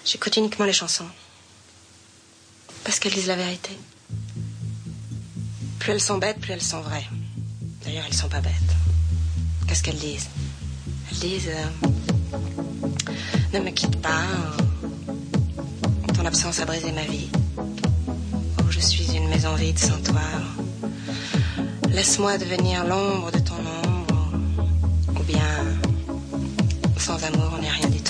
J'écoute uniquement les chansons. Parce qu'elles disent la vérité. Plus elles sont bêtes, plus elles sont vraies. D'ailleurs, elles sont pas bêtes. Qu'est-ce qu'elles disent? Elles disent... ne me quitte pas. Ton absence a brisé ma vie. Oh, je suis une maison vide sans toi. Laisse-moi devenir l'ombre de ton ombre. Ou bien, sans amour, on n'est rien du tout.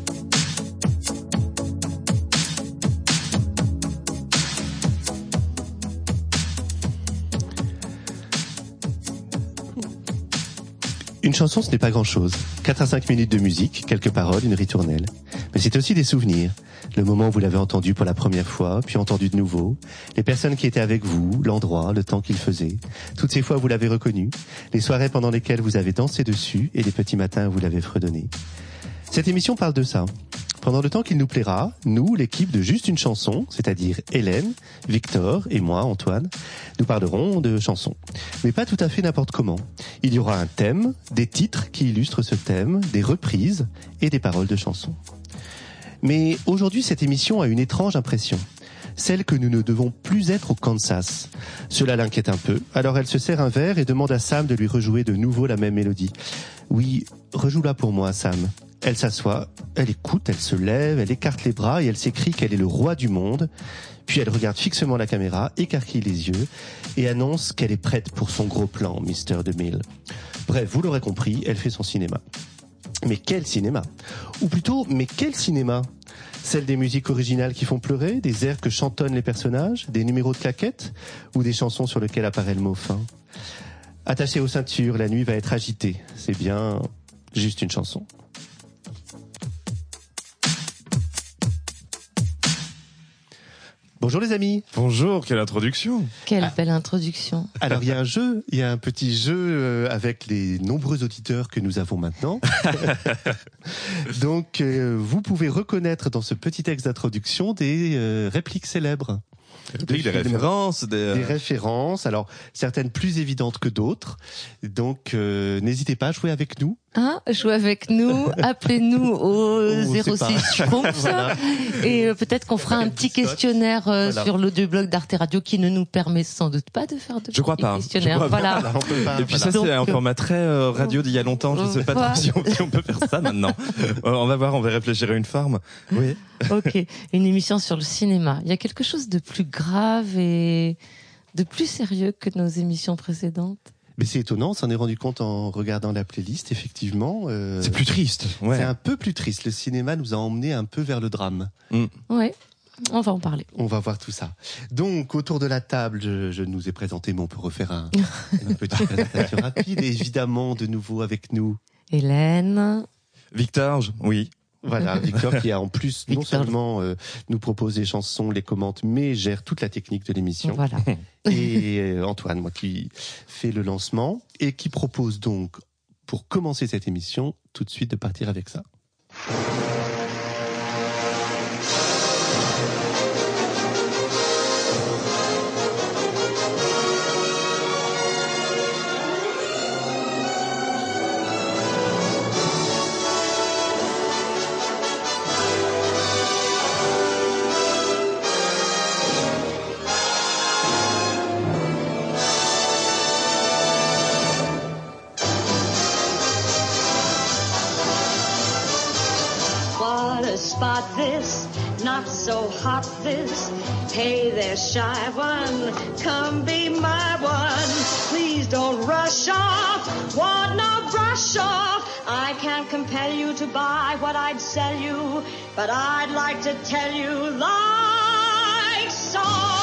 Une chanson, ce n'est pas grand-chose. 4 à 5 minutes de musique, quelques paroles, une ritournelle. Mais c'est aussi des souvenirs. Le moment où vous l'avez entendu pour la première fois, puis entendu de nouveau. Les personnes qui étaient avec vous, l'endroit, le temps qu'il faisait. Toutes ces fois où vous l'avez reconnu. Les soirées pendant lesquelles vous avez dansé dessus et les petits matins où vous l'avez fredonné. Cette émission parle de ça. Pendant le temps qu'il nous plaira, nous, l'équipe de Juste une chanson, c'est-à-dire Hélène, Victor et moi, Antoine, nous parlerons de chansons. Mais pas tout à fait n'importe comment. Il y aura un thème, des titres qui illustrent ce thème, des reprises et des paroles de chansons. Mais aujourd'hui, cette émission a une étrange impression. Celle que nous ne devons plus être au Kansas. Cela l'inquiète un peu, alors elle se serre un verre et demande à Sam de lui rejouer de nouveau la même mélodie. Oui, rejoue-la pour moi, Sam. Elle s'assoit, elle écoute, elle se lève, elle écarte les bras et elle s'écrie qu'elle est le roi du monde. Puis elle regarde fixement la caméra, écarquille les yeux et annonce qu'elle est prête pour son gros plan, Mr. DeMille. Bref, vous l'aurez compris, elle fait son cinéma. Mais quel cinéma? Ou plutôt, mais quel cinéma? Celle des musiques originales qui font pleurer, des airs que chantonnent les personnages, des numéros de claquettes ou des chansons sur lesquelles apparaît le mot fin? Attachée aux ceintures, la nuit va être agitée. C'est bien juste une chanson. Bonjour les amis. Bonjour, quelle introduction. Quelle belle introduction. Alors il y a un jeu, il y a un petit jeu avec les nombreux auditeurs que nous avons maintenant. Donc vous pouvez reconnaître dans ce petit texte d'introduction des répliques célèbres. Des références. Des références, alors certaines plus évidentes que d'autres. Donc n'hésitez pas à jouer avec nous. Jouez avec nous, appelez-nous au 06 voilà. Et peut-être qu'on fera un petit questionnaire sur l'audioblog d'Arte Radio qui ne nous permet sans doute pas de faire de questionnaires. Voilà. Et puis ça c'est un format très radio d'il y a longtemps, je sais pas trop si on peut faire ça maintenant. On va voir, on va réfléchir à une forme. Oui. OK, une émission sur le cinéma. Il y a quelque chose de plus grave et de plus sérieux que nos émissions précédentes. Mais c'est étonnant, on s'en est rendu compte en regardant la playlist, effectivement. C'est plus triste. Ouais. C'est un peu plus triste. Le cinéma nous a emmenés un peu vers le drame. Oui, on va en parler. On va voir tout ça. Donc, autour de la table, je nous ai présenté, mais on peut refaire une petite présentation rapide. Et évidemment, de nouveau avec nous... Hélène. Victor, oui. Voilà, Victor qui a en plus non seulement nous propose les chansons, les commente, mais gère toute la technique de l'émission. Voilà. Et Antoine, moi qui fait le lancement et qui propose donc, pour commencer cette émission, tout de suite de partir avec ça. Spot this, not so hot this. Hey there, shy one, come be my one. Please don't rush off, want no brush off. I can't compel you to buy what I'd sell you, but I'd like to tell you like so.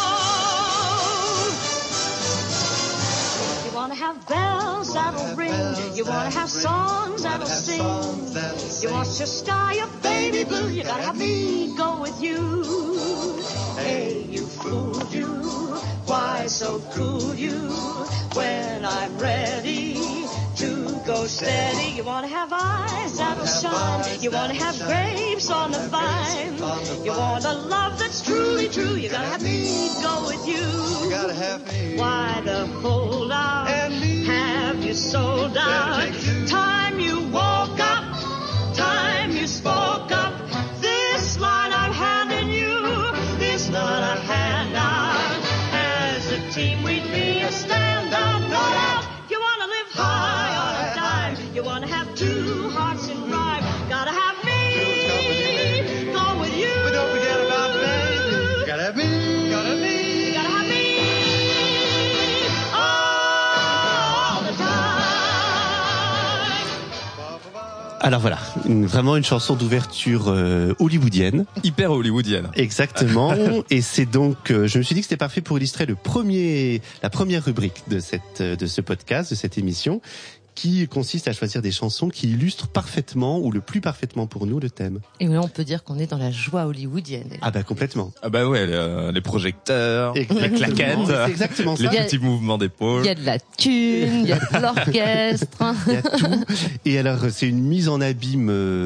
You wanna have bells that'll ring, you wanna have songs that'll sing. You want your sky, your baby blue, you gotta have me go with you. Hey, you fool you, why so cool you? When I'm ready to go steady, you wanna have eyes that'll shine, you wanna have grapes on the vine. You want a love that's truly true, you gotta have me go with you. Why the hold out, have you sold out? Time you woke up, time you spoke up, this line I Alors voilà, vraiment une chanson d'ouverture hollywoodienne. Hyper hollywoodienne. Exactement. Et c'est donc, je me suis dit que c'était parfait pour illustrer la première rubrique de ce podcast, de cette émission, qui consiste à choisir des chansons qui illustrent parfaitement ou le plus parfaitement pour nous le thème. Et là, on peut dire qu'on est dans la joie hollywoodienne. Ah bah complètement. Ah bah ouais, les projecteurs, la claquette, c'est exactement ça. Les petits mouvements d'épaule. Il y a de la thune, il y a de l'orchestre. Il y a tout. Et alors, c'est une mise en abîme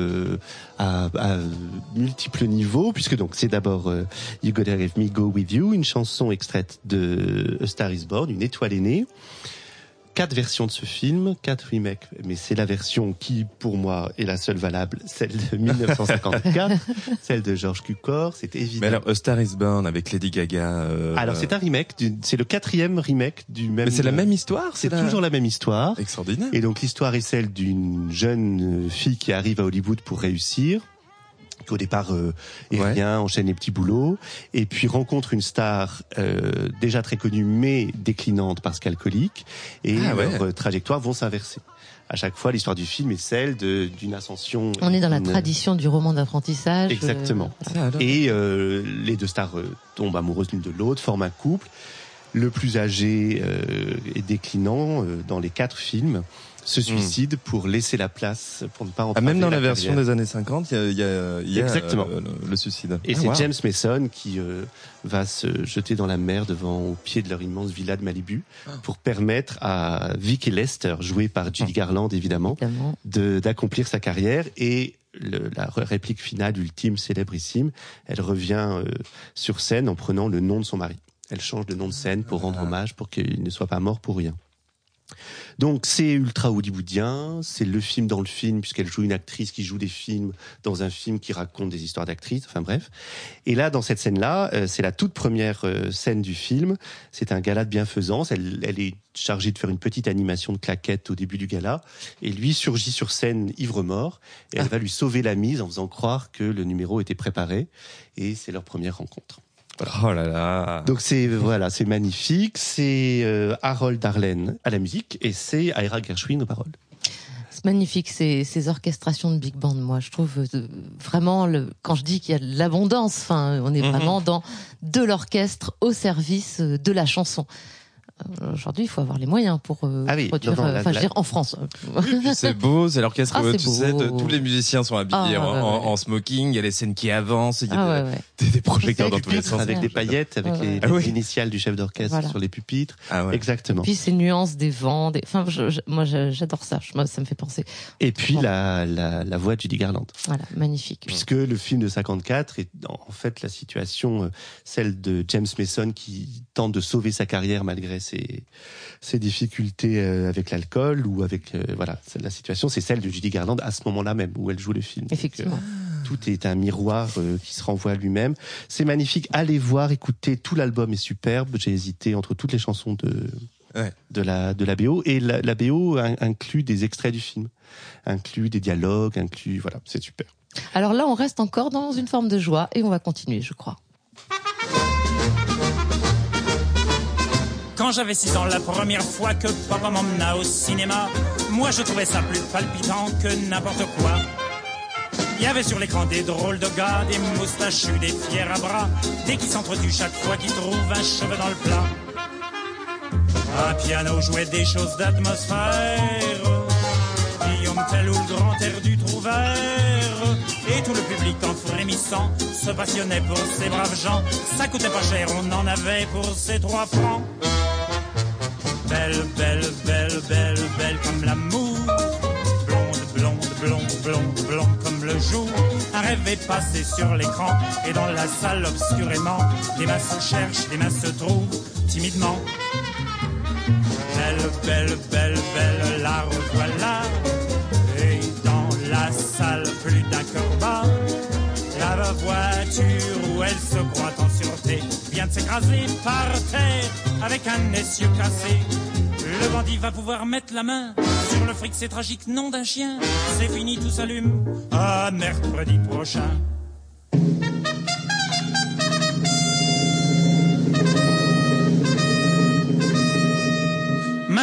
à multiples niveaux, puisque donc c'est d'abord You Gotta Let Me Go With You, une chanson extraite de A Star Is Born, une étoile est née. 4 versions de ce film, 4 remakes, mais c'est la version qui, pour moi, est la seule valable, celle de 1954, celle de George Cukor, c'est évident. Mais alors, A Star Is Born avec Lady Gaga... Alors, c'est un remake, c'est le 4e remake du même... Mais c'est la même histoire? C'est toujours la même histoire. Extraordinaire. Et donc, l'histoire est celle d'une jeune fille qui arrive à Hollywood pour réussir, qu'au départ est rien, enchaîne les petits boulots, et puis rencontre une star déjà très connue mais déclinante parce qu'alcoolique, et leurs trajectoires vont s'inverser. À chaque fois, l'histoire du film est celle d'une ascension. On est dans la tradition du roman d'apprentissage. Exactement. Et les deux stars tombent amoureuses l'une de l'autre, forment un couple. Le plus âgé et déclinant dans les 4 films se suicide pour laisser la place, pour ne pas entraver même dans la carrière. version des années 50, il y a Exactement. Le suicide. Et c'est James Mason qui va se jeter dans la mer au pied de leur immense villa de Malibu pour permettre à Vicky Lester, jouée par Judy Garland évidemment, d'accomplir sa carrière. Et la réplique finale ultime, célébrissime, elle revient sur scène en prenant le nom de son mari. Elle change de nom de scène pour rendre hommage, pour qu'il ne soit pas mort pour rien. Donc c'est ultra hollywoodien, c'est le film dans le film, puisqu'elle joue une actrice qui joue des films dans un film qui raconte des histoires d'actrices, enfin bref. Et là, dans cette scène-là, c'est la toute première scène du film, c'est un gala de bienfaisance, elle est chargée de faire une petite animation de claquettes au début du gala, et lui surgit sur scène ivre-mort, et elle va lui sauver la mise en faisant croire que le numéro était préparé, et c'est leur première rencontre. Voilà. Oh là là. Donc c'est magnifique, c'est Harold Arlen à la musique et c'est Ira Gershwin aux paroles. C'est magnifique ces orchestrations de big band. Moi, je trouve vraiment quand je dis qu'il y a de l'abondance, enfin, on est vraiment dans de l'orchestre au service de la chanson. Aujourd'hui, il faut avoir les moyens pour produire. Je veux dire, en France. Oui, puis c'est beau, c'est l'orchestre. Tu sais, tous les musiciens sont habillés en smoking. Il y a les scènes qui avancent. Il y a des projecteurs dans tous les sens. Avec des paillettes, avec les initiales du chef d'orchestre sur les pupitres. Exactement. Et puis ces nuances des vents. Enfin, moi, j'adore ça. Ça me fait penser. Et puis la voix de Judy Garland. Voilà, magnifique. Puisque le film de 54 est en fait la situation, celle de James Mason qui tente de sauver sa carrière malgré ses difficultés avec l'alcool ou avec la situation, c'est celle de Judy Garland à ce moment-là même où elle joue le film. Effectivement. Donc, tout est un miroir qui se renvoie à lui-même. C'est magnifique. Allez voir, écoutez, tout l'album est superbe. J'ai hésité entre toutes les chansons de la BO, et la BO inclut des extraits du film, inclut des dialogues, c'est super. Alors là, on reste encore dans une forme de joie et on va continuer, je crois. Quand j'avais 6 ans, la première fois que papa m'emmena au cinéma, moi je trouvais ça plus palpitant que n'importe quoi. Il y avait sur l'écran des drôles de gars, des moustachus, des fiers à bras, des qui s'entretuent chaque fois qu'ils trouvent un cheveu dans le plat. Un piano jouait des choses d'atmosphère, Guillaume Tell ou le grand air du Trouvert, et tout le public en frémissant se passionnait pour ces braves gens. Ça coûtait pas cher, on en avait pour ces 3 francs. Belle, belle, belle, belle, belle comme l'amour, blonde, blonde, blonde, blonde, blonde comme le jour. Un rêve est passé sur l'écran et dans la salle obscurément, des mains se cherchent, des mains se trouvent timidement. Belle, belle, belle, belle, la revoilà. Et dans la salle, plus d'un cœur bat. La voiture où elle se croit en sûreté vient de s'écraser par terre avec un essieu cassé. Le bandit va pouvoir mettre la main sur le fric, c'est tragique, nom d'un chien. C'est fini, tout s'allume à mercredi prochain.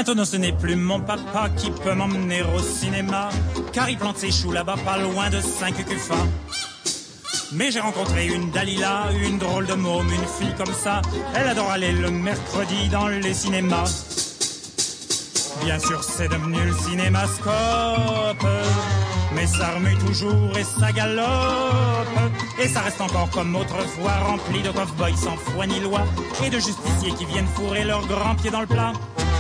Maintenant ce n'est plus mon papa qui peut m'emmener au cinéma, car il plante ses choux là-bas pas loin de Saint-Cucufa. Mais j'ai rencontré une Dalila, une drôle de môme, une fille comme ça. Elle adore aller le mercredi dans les cinémas. Bien sûr c'est devenu le cinémascope, mais ça remue toujours et ça galope. Et ça reste encore comme autrefois, rempli de cow-boys sans foi ni loi, et de justiciers qui viennent fourrer leurs grands pieds dans le plat.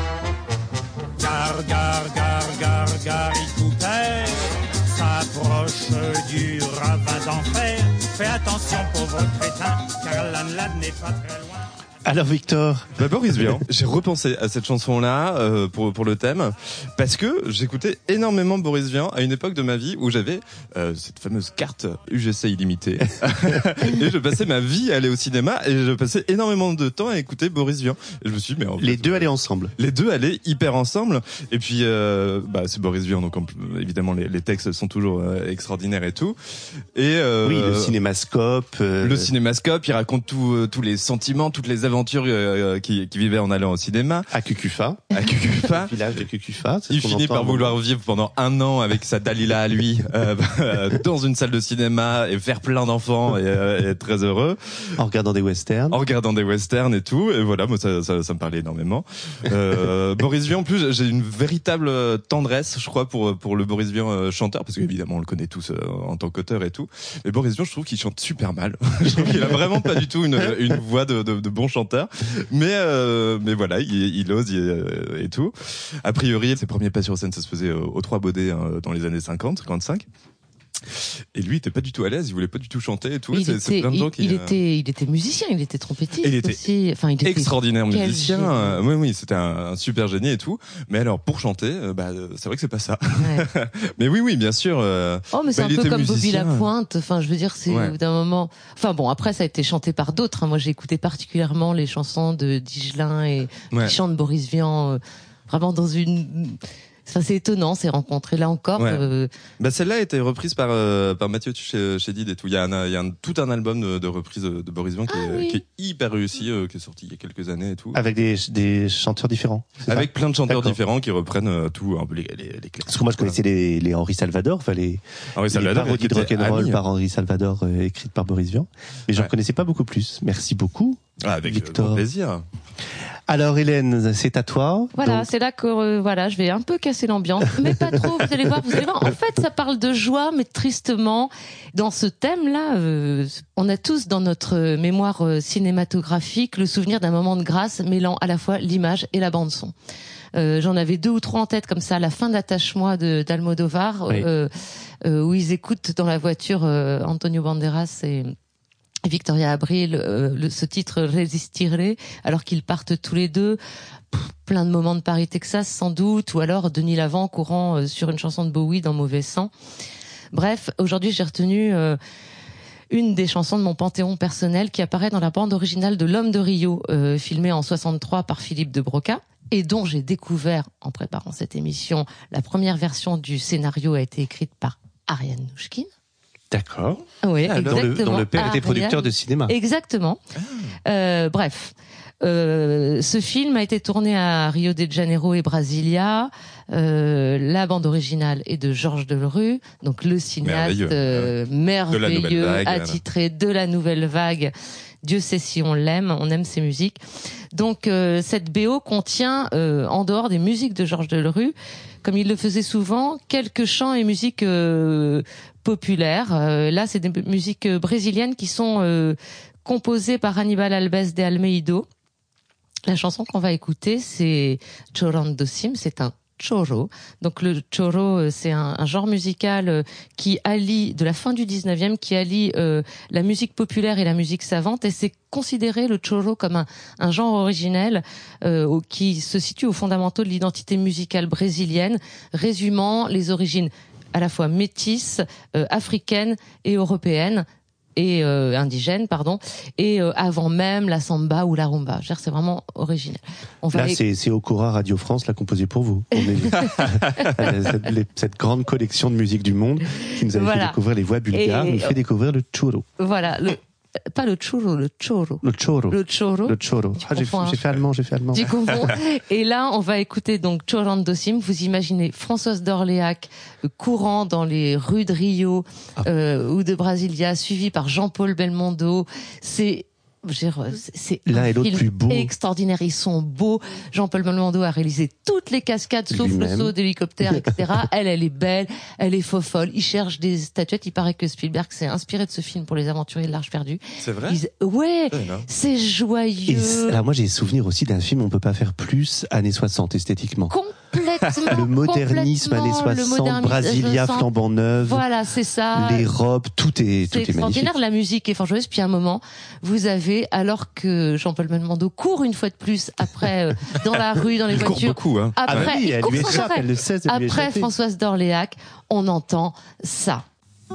Gare, gare, gare, gare, Garicouper s'approche du ravin d'enfer. Fais attention pauvre crétin, car l'âne n'est pas très loin. Alors Victor, Boris Vian. J'ai repensé à cette chanson-là pour le thème parce que j'écoutais énormément Boris Vian à une époque de ma vie où j'avais cette fameuse carte UGC illimitée et je passais ma vie à aller au cinéma et je passais énormément de temps à écouter Boris Vian. Et je me suis dit mais en fait, les deux allaient ensemble. Les deux allaient hyper ensemble et puis c'est Boris Vian donc évidemment les textes sont toujours extraordinaires et tout. Et oui, le cinémascope. Le cinémascope, il raconte tous les sentiments, toutes les aventures qui vivaient en allant au cinéma. À Cucufa. Village de Cucufa. Il finit par vouloir vivre pendant 1 an avec sa Dalila à lui, dans une salle de cinéma et faire plein d'enfants et être très heureux. En regardant des westerns. Et tout. Et voilà, moi, ça me parlait énormément. Boris Vian, en plus, j'ai une véritable tendresse, je crois, pour le Boris Vian chanteur, parce qu'évidemment, on le connaît tous en tant qu'auteur et tout. Mais Boris Vian, je trouve qu'il chante super mal. Je trouve qu'il a vraiment pas du tout une voix de bon chanteur. Mais voilà, il ose et tout. A priori, ses premiers pas sur scène, ça se faisait aux Trois Baudets dans les années 50, 55. Et lui, il était pas du tout à l'aise, il voulait pas du tout chanter et tout. C'est plein de gens qui... il était musicien, il était trompettiste. Il était aussi. Enfin, il était extraordinaire musicien. Oui, c'était un super génie et tout. Mais alors, pour chanter, c'est vrai que c'est pas ça. Ouais. Mais oui, bien sûr. Mais c'est un peu comme Bobby Lapointe. Enfin, je veux dire, c'est au bout d'un moment. Enfin bon, après, ça a été chanté par d'autres. Moi, j'ai écouté particulièrement les chansons de Digelin et qui chantent Boris Vian, vraiment dans une. Ça, c'est étonnant, ces rencontres. Et là encore. Ouais. Celle-là a été reprise par Mathieu Chédid et tout. Il y a tout un album de reprises de Boris Vian qui est hyper réussi, qui est sorti il y a quelques années et tout. Avec des chanteurs différents. Avec plein de chanteurs différents qui reprennent tout, un peu les classiques. Parce que moi, je connaissais les Henri Salvador, les parodies de rock'n'roll par Henri Salvador, écrites par Boris Vian. Mais j'en connaissais pas beaucoup plus. Merci beaucoup. Avec Victor. Plaisir. Alors Hélène, c'est à toi. Voilà, donc... c'est là que je vais un peu casser l'ambiance, mais pas trop. Vous allez voir. En fait, ça parle de joie, mais tristement. Dans ce thème-là, on a tous dans notre mémoire cinématographique le souvenir d'un moment de grâce mêlant à la fois l'image et la bande son. J'en avais 2 ou 3 en tête comme ça. La fin d'Attache-moi d'Almodovar, oui. Où ils écoutent dans la voiture Antonio Banderas et Victoria Abril, ce titre Resistiré, alors qu'ils partent tous les deux. Plein de moments de Paris, Texas, sans doute, ou alors Denis Lavant courant sur une chanson de Bowie dans Mauvais sang. Bref, aujourd'hui, j'ai retenu une des chansons de mon panthéon personnel qui apparaît dans la bande originale de L'Homme de Rio, filmée en 63 par Philippe de Broca, et dont j'ai découvert, en préparant cette émission, la première version du scénario a été écrite par Ariane Nouchkine. D'accord. Oui, exactement. Dont le père était producteur de cinéma. Exactement. Bref. Ce film a été tourné à Rio de Janeiro et Brasilia. La bande originale est de Georges Delerue, donc le cinéaste merveilleux, attitré de la Nouvelle Vague. Dieu sait si on l'aime, on aime ses musiques. Donc cette BO contient, en dehors des musiques de Georges Delerue, comme il le faisait souvent, quelques chants et musiques populaires. Là, c'est des musiques brésiliennes qui sont composées par Aníbal Albes de Almeida. La chanson qu'on va écouter, c'est Chorando Sim, c'est un choro. Donc le choro, c'est un genre musical qui allie, de la fin du 19e, qui allie la musique populaire et la musique savante, et c'est considéré le choro comme un genre originel qui se situe aux fondamentaux de l'identité musicale brésilienne, résumant les origines à la fois métisses, africaines et européennes, et indigène, et avant même la samba ou la rumba. C'est vraiment original. C'est Okura Radio France l'a composé pour vous. Cette grande collection de musique du monde qui nous avait fait découvrir les voix bulgares, nous fait découvrir le choro. Voilà. pas le churro, le choro. Le choro. Le choro. Le choro. J'ai fait allemand. Tu confonds. Et là, on va écouter donc Chorando Sim. Vous imaginez Françoise d'Orléac courant dans les rues de Rio ou de Brasilia, suivi par Jean-Paul Belmondo. C'est l'un et l'autre plus beau. Extraordinaire. Ils sont beaux. Jean-Paul Belmondo a réalisé toutes les cascades sauf le saut d'hélicoptère, etc. Elle est belle, elle est folle. Il cherche des statuettes. Il paraît que Spielberg s'est inspiré de ce film pour Les Aventuriers de l'Arche perdue. C'est vrai? Ouais, c'est joyeux. Alors moi j'ai souvenir aussi d'un film On peut pas faire plus années 60 esthétiquement. Complètement. Le modernisme années 60, Brasilia flambant neuve. Voilà, c'est ça. Les robes, tout est extraordinaire. La musique est fort joyeuse. Puis à un moment, vous avez, alors que Jean-Paul Belmondo court une fois de plus après dans la rue, dans les voitures. Court beaucoup, hein. Après, il court sans arrêt. Elle le sait, après Françoise d'Orléac, on entend ça.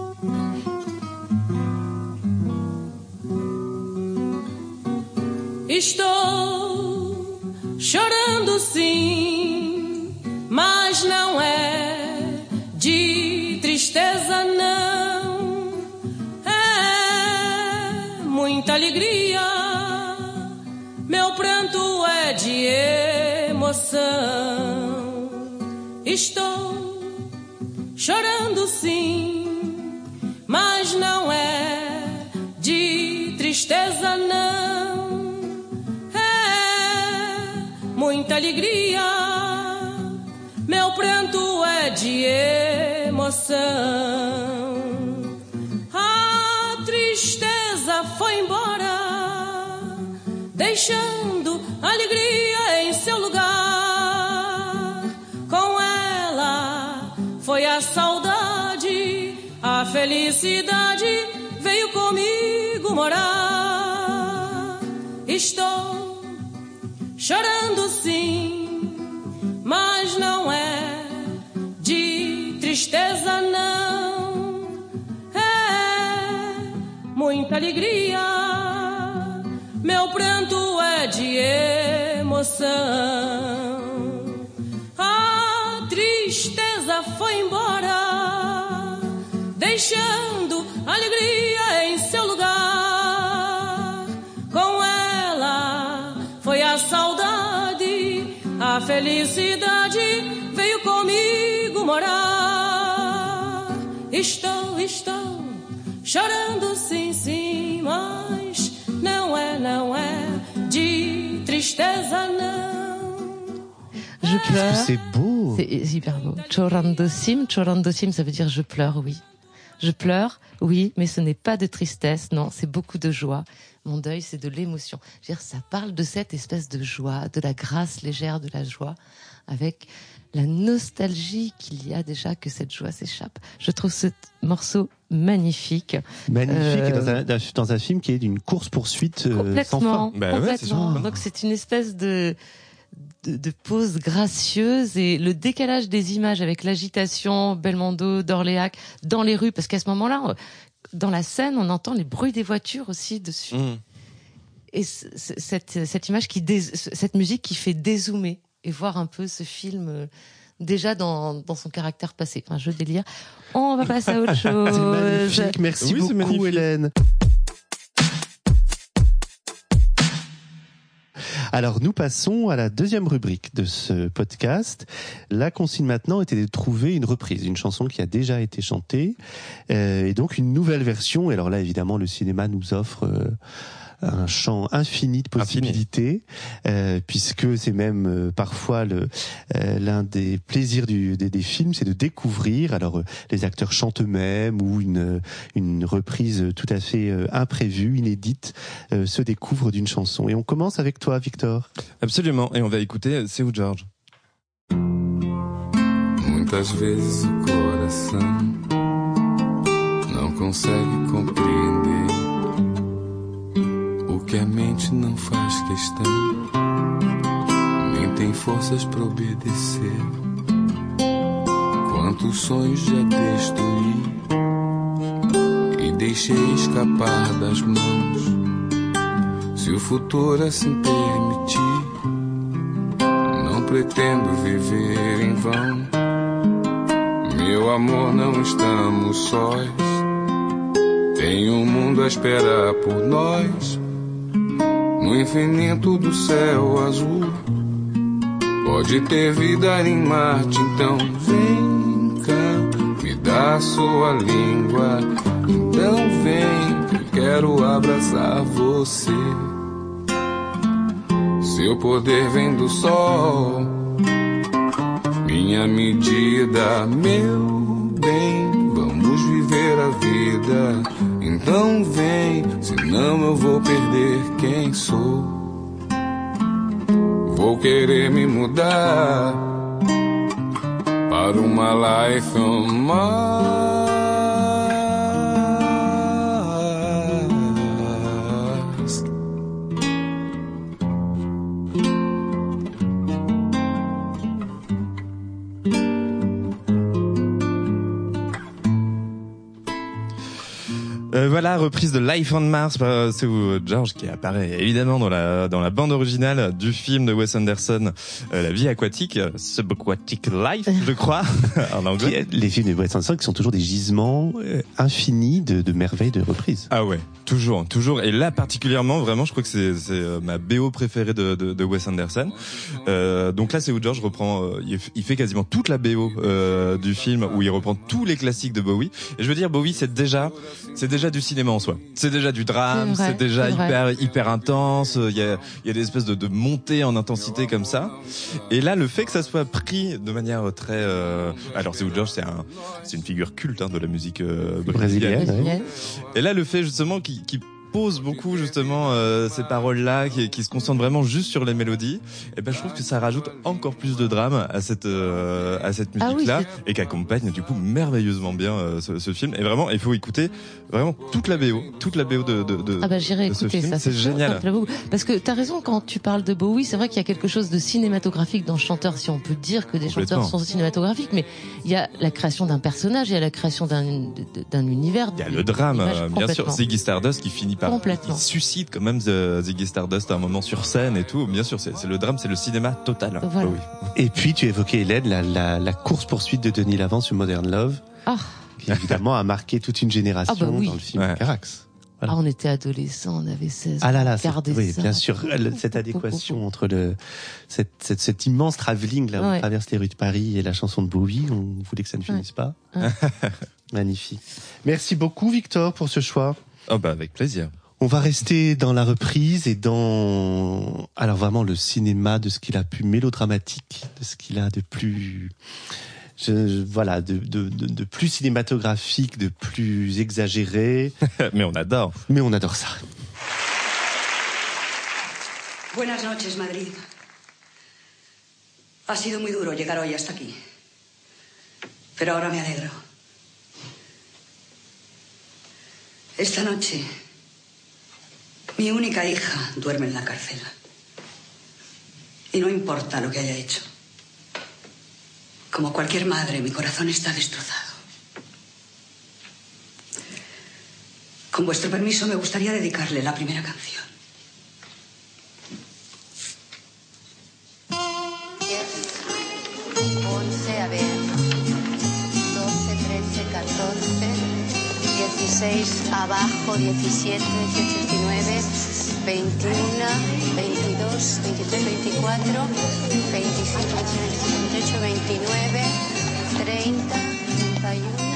Estou chorando sim, mas não é de tristeza não, é muita alegria, meu pranto é de emoção. Estou chorando sim, mas não é de tristeza não, muita alegria, meu pranto é de emoção. A tristeza foi embora, deixando a alegria em seu lugar. Com ela foi a saudade, a felicidade veio comigo morar. Estou chorando sim, mas não é de tristeza não, é muita alegria, meu pranto é de emoção. A tristeza foi embora, deixando a alegria em seu lugar. Com ela foi a saudade, a felicidade veio comigo morar. Estou chorando sim, mas não é de tristeza não. Je pleure. C'est beau. C'est hyper beau. Chorando sim, ça veut dire je pleure, oui. Je pleure, oui, mais ce n'est pas de tristesse, non, c'est beaucoup de joie. Mon deuil, c'est de l'émotion. Je veux dire, ça parle de cette espèce de joie, de la grâce légère de la joie, avec la nostalgie qu'il y a déjà que cette joie s'échappe. Je trouve ce morceau magnifique. Magnifique, dans un film qui est d'une course-poursuite sans fin. Bah ouais, c'est ça. Donc c'est une espèce de pause gracieuse et le décalage des images avec l'agitation, Belmondo, d'Orléac, dans les rues, parce qu'à ce moment-là, dans la scène, on entend les bruits des voitures aussi dessus. Et cette image cette musique qui fait dézoomer et voir un peu ce film déjà dans son caractère passé. Enfin, je délire. On va passer à autre chose. C'est magnifique. Merci beaucoup, Hélène. Alors, nous passons à la deuxième rubrique de ce podcast. La consigne maintenant était de trouver une reprise, une chanson qui a déjà été chantée, et donc une nouvelle version. Et alors là, évidemment, le cinéma nous offre un champ infini de possibilités, puisque c'est même parfois l'un des plaisirs des films, c'est de découvrir. Alors les acteurs chantent eux-mêmes ou une reprise tout à fait imprévue, inédite, se découvre d'une chanson. Et on commence avec toi, Victor. Absolument, et on va écouter Seu Jorge. Muitas vezes o coração não consegue compreender o que a mente não faz questão, nem tem forças para obedecer. Quantos sonhos já destruí e deixei escapar das mãos. Se o futuro assim permitir, não pretendo viver em vão. Meu amor, não estamos sós. Tem um mundo a esperar por nós, no infinito do céu azul. Pode ter vida em Marte, então vem cá, me dá sua língua. Então vem, eu quero abraçar você. Seu poder vem do sol, minha medida, meu bem. Vamos viver a vida, então vem, senão eu vou perder quem sou. Vou querer me mudar para uma life on Mars. Voilà, reprise de Life on Mars par Seu George, qui apparaît évidemment dans la bande originale du film de Wes Anderson, La vie aquatique, Subaquatic Life, je crois, en anglais. Les films de Wes Anderson qui sont toujours des gisements infinis de merveilles de reprises. Ah ouais, toujours. Et là particulièrement, vraiment, je crois que c'est ma BO préférée de Wes Anderson. Donc là, Seu George reprend, il fait quasiment toute la BO du film, où il reprend tous les classiques de Bowie. Et je veux dire, Bowie, c'est déjà du cinéma en soi. C'est déjà du drame, c'est déjà hyper intense. Il y a des espèces de montées en intensité comme ça. Et là, le fait que ça soit pris de manière très, alors Seu George, c'est une figure culte de la musique brésilienne. Ouais. Et là, le fait justement qui pose beaucoup justement ces paroles-là, qui se concentrent vraiment juste sur les mélodies, et ben je trouve que ça rajoute encore plus de drame à cette musique-là, et qui accompagne du coup merveilleusement bien ce film. Et vraiment, il faut écouter vraiment toute la BO de j'irai écouter film. Ça. C'est génial. Parce que t'as raison quand tu parles de Bowie, c'est vrai qu'il y a quelque chose de cinématographique dans Chanteur, si on peut dire que des chanteurs sont cinématographiques, mais il y a la création d'un personnage, il y a la création d'un univers. Il y a le drame, bien sûr. Ziggy Stardust qui finit par, il suscite quand même Ziggy Stardust à un moment sur scène et tout. Bien sûr, c'est le drame, c'est le cinéma total. Voilà. Bowie. Et puis tu évoquais, Hélène, la course-poursuite de Denis Lavant sur Modern Love, qui évidemment a marqué toute une génération dans le film Carax. Voilà. On était adolescents, on avait 16 ans. Ah là là, oui, bien sûr, cette adéquation entre cet immense travelling là où on traverse les rues de Paris et la chanson de Bowie, on voulait que ça ne finisse pas. Magnifique. Merci beaucoup Victor pour ce choix. Avec plaisir. On va rester dans la reprise et dans vraiment le cinéma, de ce qu'il a pu mélodramatique, de ce qu'il a de plus de plus cinématographique, de plus exagéré. Mais on adore ça. Buenas noches, Madrid. Ha sido muy duro llegar hoy hasta aquí. Pero ahora me alegro. Esta noche, mi única hija duerme en la cárcel. Y no importa lo que haya hecho. Como cualquier madre, mi corazón está destrozado. Con vuestro permiso, me gustaría dedicarle la primera canción. 11, a ver, 12, 13, 14, 16, abajo, 17, 18, 19, 21, 22, 23, 24, 25, 26, 27, 28, 29, 30, 31.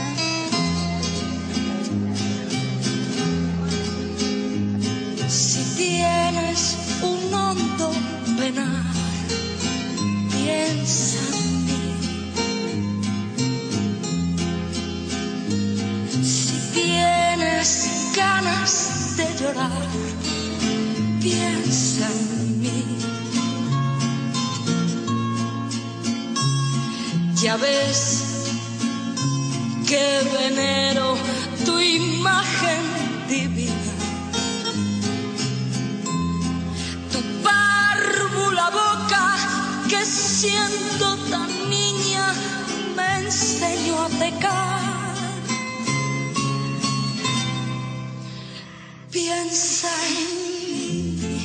Si tienes un hondo penar, piensa en mí. Si tienes ganas de llorar, piensa en mí. Ya ves que venero tu imagen divina. La boca que siendo tan niña me enseñó a pecar. Piensa en mí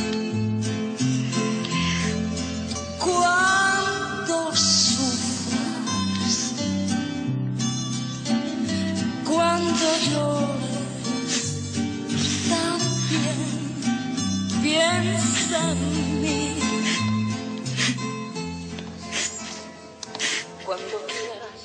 cuando sufras, cuando llores, bien, piensa en mí. Cuando quieras.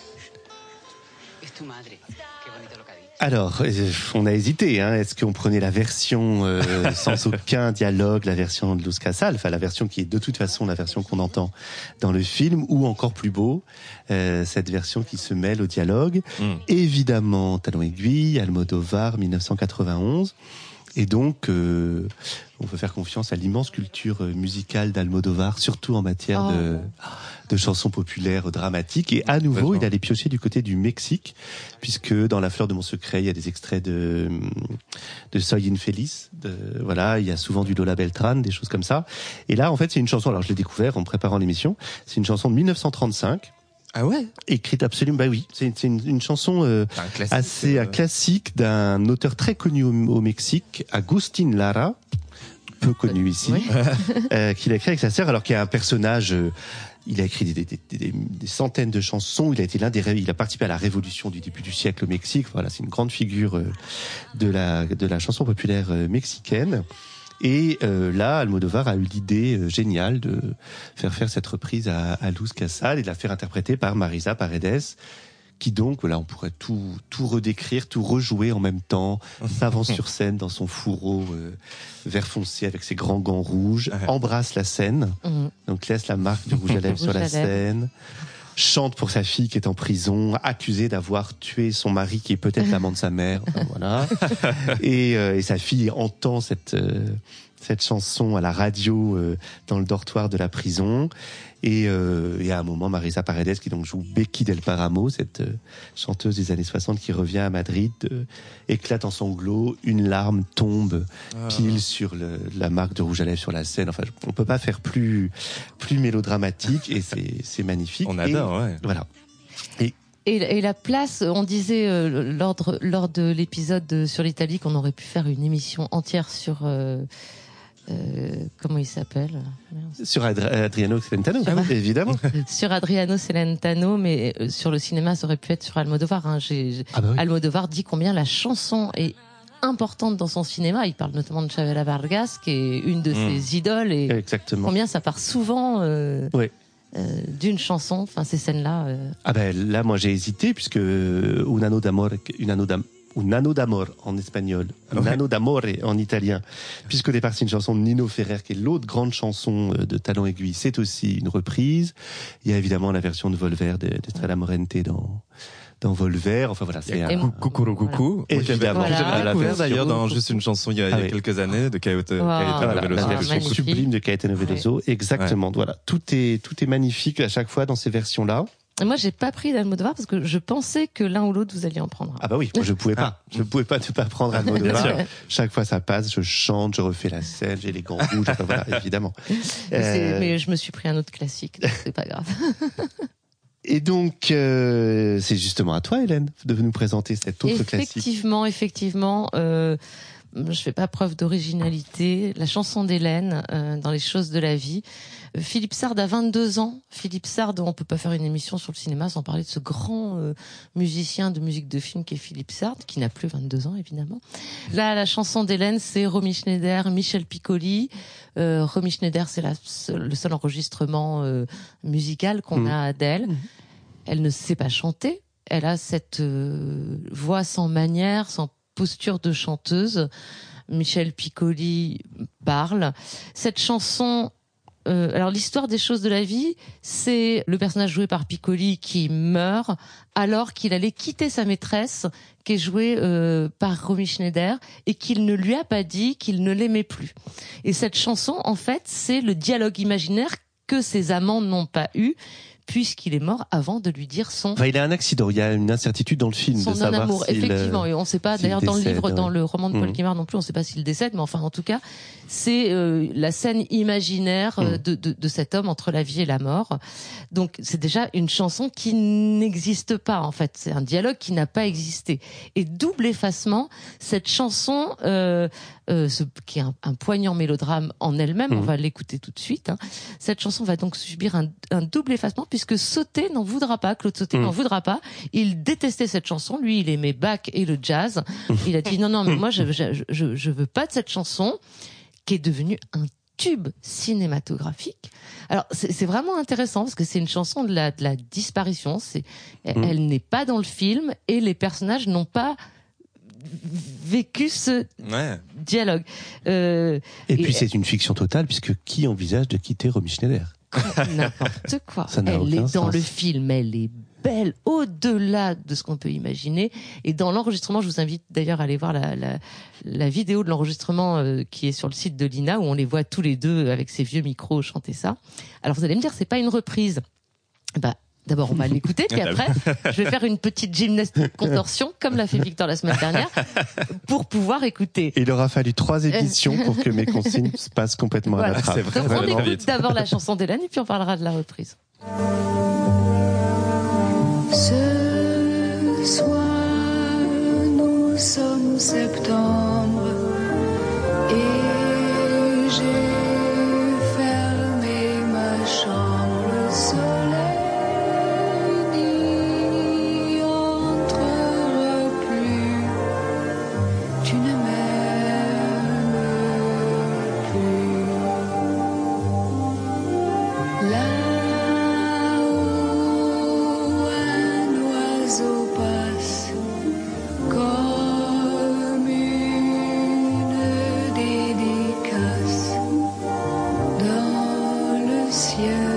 Es tu madre. Qué bonito lo que ha dicho. Alors, on a hésité. Est-ce qu'on prenait la version sans aucun dialogue, la version de Luz Casal, enfin la version qui est de toute façon la version qu'on entend dans le film, ou encore plus beau, cette version qui se mêle au dialogue. Évidemment, Talons aiguilles, Almodovar, 1991. Et donc, on peut faire confiance à l'immense culture musicale d'Almodovar, surtout en matière de chansons populaires dramatiques. Et à nouveau, il allait piocher du côté du Mexique, puisque dans La fleur de mon secret, il y a des extraits de Soy Infeliz. Voilà, il y a souvent du Lola Beltrán, des choses comme ça. Et là, en fait, c'est une chanson, alors je l'ai découvert en préparant l'émission, c'est une chanson de 1935. Ah ouais? Écrite absolument, bah oui. C'est une chanson assez classique d'un auteur très connu au Mexique, Agustín Lara, peu connu ici, qu'il a écrit avec sa sœur, alors qu'il y a un personnage. Il a écrit des centaines de chansons. Il a participé à la révolution du début du siècle au Mexique. Voilà, c'est une grande figure de la chanson populaire mexicaine. Et là, Almodovar a eu l'idée géniale de faire cette reprise à Luz Casal et de la faire interpréter par Marisa Paredes, qui donc, voilà, on pourrait tout redécrire, tout rejouer en même temps, s'avance sur scène dans son fourreau vert foncé avec ses grands gants rouges, embrasse la scène, donc laisse la marque du rouge à lèvres sur la scène, chante pour sa fille qui est en prison, accusée d'avoir tué son mari qui est peut-être l'amant de sa mère, enfin, voilà. Et sa fille entend cette chanson à la radio dans le dortoir de la prison. Et à un moment, Marisa Paredes, qui donc joue Becky del Páramo, cette chanteuse des années 60 qui revient à Madrid, éclate en sanglots, une larme tombe pile sur la marque de rouge à lèvres sur la scène. Enfin, on peut pas faire plus mélodramatique, et c'est magnifique. On adore, ouais. Voilà. Et la place, on disait lors de l'épisode sur l'Italie qu'on aurait pu faire une émission entière sur comment il s'appelle? Sur Adriano Celentano, évidemment. Sur Adriano Celentano, mais sur le cinéma, ça aurait pu être sur Almodovar. Almodovar dit combien la chanson est importante dans son cinéma. Il parle notamment de Chavela Vargas, qui est une de ses idoles, et exactement. Combien ça part souvent d'une chanson, enfin ces scènes-là. Là, moi j'ai hésité, puisque Un anno d'amor en espagnol, Un anno d'amore en italien, puisque au départ c'est une chanson de Nino Ferrer, qui est l'autre grande chanson de Talons aiguilles, c'est aussi une reprise. Il y a évidemment la version de Volver de Strella Morente dans Volver. Enfin voilà, c'est un coucou. Évidemment. Voilà. J'avais découvert d'ailleurs dans juste une chanson il y a quelques années de Caetano Veloso. La version sublime de Caetano Veloso. Exactement. Voilà. Tout est magnifique à chaque fois dans ces versions-là. Moi, j'ai pas pris d'Almodovar parce que je pensais que l'un ou l'autre vous alliez en prendre. Ah bah oui, moi je pouvais pas. Je pouvais pas ne pas prendre Almodovar. Chaque fois ça passe, je chante, je refais la scène, j'ai les gants rouges, enfin, voilà, évidemment. Mais je me suis pris un autre classique, donc c'est pas grave. Et donc, c'est justement à toi, Hélène, de nous présenter cet autre classique. Effectivement. Je fais pas preuve d'originalité. La chanson d'Hélène, dans les choses de la vie. Philippe Sard a 22 ans. Philippe Sard, on peut pas faire une émission sur le cinéma sans parler de ce grand musicien de musique de film qui est Philippe Sard, qui n'a plus 22 ans, évidemment. Là, la chanson d'Hélène, c'est Romy Schneider, Michel Piccoli. Romy Schneider, c'est le seul enregistrement musical qu'on a d'elle. Elle ne sait pas chanter. Elle a cette voix sans manière, sans posture de chanteuse. Michel Piccoli parle. Cette chanson, alors l'histoire des choses de la vie, c'est le personnage joué par Piccoli qui meurt alors qu'il allait quitter sa maîtresse, qui est jouée par Romy Schneider, et qu'il ne lui a pas dit qu'il ne l'aimait plus. Et cette chanson, en fait, c'est le dialogue imaginaire que ses amants n'ont pas eu, puisqu'il est mort avant de lui dire son... Enfin, il a un accident, il y a une incertitude dans le film son de savoir non-amour, effectivement, et on ne sait pas, d'ailleurs dans le livre, dans le roman de Paul Guimard non plus, on ne sait pas s'il décède, mais enfin en tout cas, c'est la scène imaginaire de cet homme entre la vie et la mort. Donc c'est déjà une chanson qui n'existe pas, en fait, c'est un dialogue qui n'a pas existé. Et double effacement, cette chanson qui est un poignant mélodrame en elle-même. On va l'écouter tout de suite. Cette chanson va donc subir un double effacement puisque Sauté n'en voudra pas. Claude Sauté n'en voudra pas. Il détestait cette chanson. Lui, il aimait Bach et le jazz. Il a dit non, mais moi, je veux pas de cette chanson qui est devenue un tube cinématographique. Alors c'est vraiment intéressant parce que c'est une chanson de la disparition. Elle n'est pas dans le film et les personnages n'ont pas vécu ce dialogue. Et puis c'est une fiction totale puisque qui envisage de quitter Romy Schneider? N'importe quoi. Elle est dans le film, elle est belle au-delà de ce qu'on peut imaginer. Et dans l'enregistrement, je vous invite d'ailleurs à aller voir la vidéo de l'enregistrement qui est sur le site de l'INA où on les voit tous les deux avec ces vieux micros chanter ça. Alors vous allez me dire, c'est pas une reprise. D'abord, on va l'écouter, puis après, je vais faire une petite gymnastique contorsion, comme l'a fait Victor la semaine dernière, pour pouvoir écouter. Il aura fallu 3 éditions pour que mes consignes se passent complètement à la trappe. Donc on écoute d'abord la chanson d'Hélène, et puis on parlera de la reprise. Ce soir, nous sommes septembre, et j'ai fermé ma chambre, le soleil n'y entrera plus, tu ne m'aimes plus. Là-haut, un oiseau passe comme une dédicace dans le ciel.